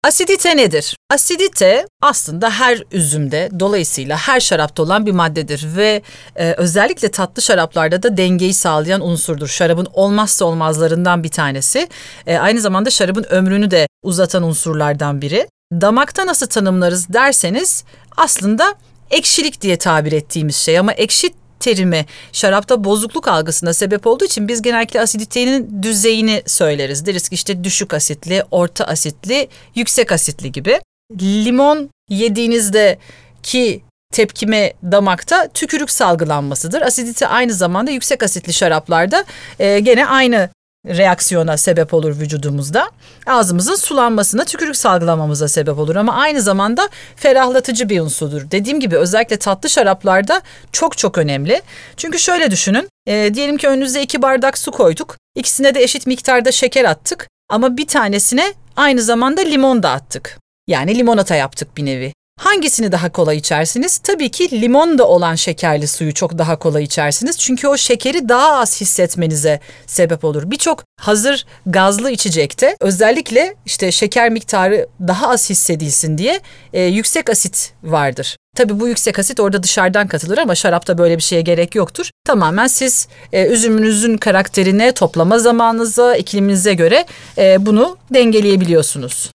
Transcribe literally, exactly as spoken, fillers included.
Asidite nedir? Asidite aslında her üzümde, dolayısıyla her şarapta olan bir maddedir ve e, özellikle tatlı şaraplarda da dengeyi sağlayan unsurdur. Şarabın olmazsa olmazlarından bir tanesi. E, aynı zamanda şarabın ömrünü de uzatan unsurlardan biri. Damakta nasıl tanımlarız derseniz aslında ekşilik diye tabir ettiğimiz şey, ama ekşi terimi şarapta bozukluk algısına sebep olduğu için biz genellikle asiditenin düzeyini söyleriz. Deriz ki işte düşük asitli, orta asitli, yüksek asitli gibi. Limon yediğinizde ki tepkime damakta tükürük salgılanmasıdır. Asidite aynı zamanda yüksek asitli şaraplarda e, gene aynı reaksiyona sebep olur vücudumuzda. Ağzımızın sulanmasına, tükürük salgılamamıza sebep olur ama aynı zamanda ferahlatıcı bir unsurdur. Dediğim gibi özellikle tatlı şaraplarda çok çok önemli. Çünkü şöyle düşünün, e, diyelim ki önünüze iki bardak su koyduk. İkisine de eşit miktarda şeker attık ama bir tanesine aynı zamanda limon da attık. Yani limonata yaptık bir nevi. Hangisini daha kolay içersiniz? Tabii ki limon da olan şekerli suyu çok daha kolay içersiniz. Çünkü o şekeri daha az hissetmenize sebep olur. Birçok hazır gazlı içecekte özellikle işte şeker miktarı daha az hissedilsin diye e, yüksek asit vardır. Tabii bu yüksek asit orada dışarıdan katılır ama şarapta böyle bir şeye gerek yoktur. Tamamen siz e, üzümünüzün karakterine, toplama zamanınıza, ikliminize göre e, bunu dengeleyebiliyorsunuz.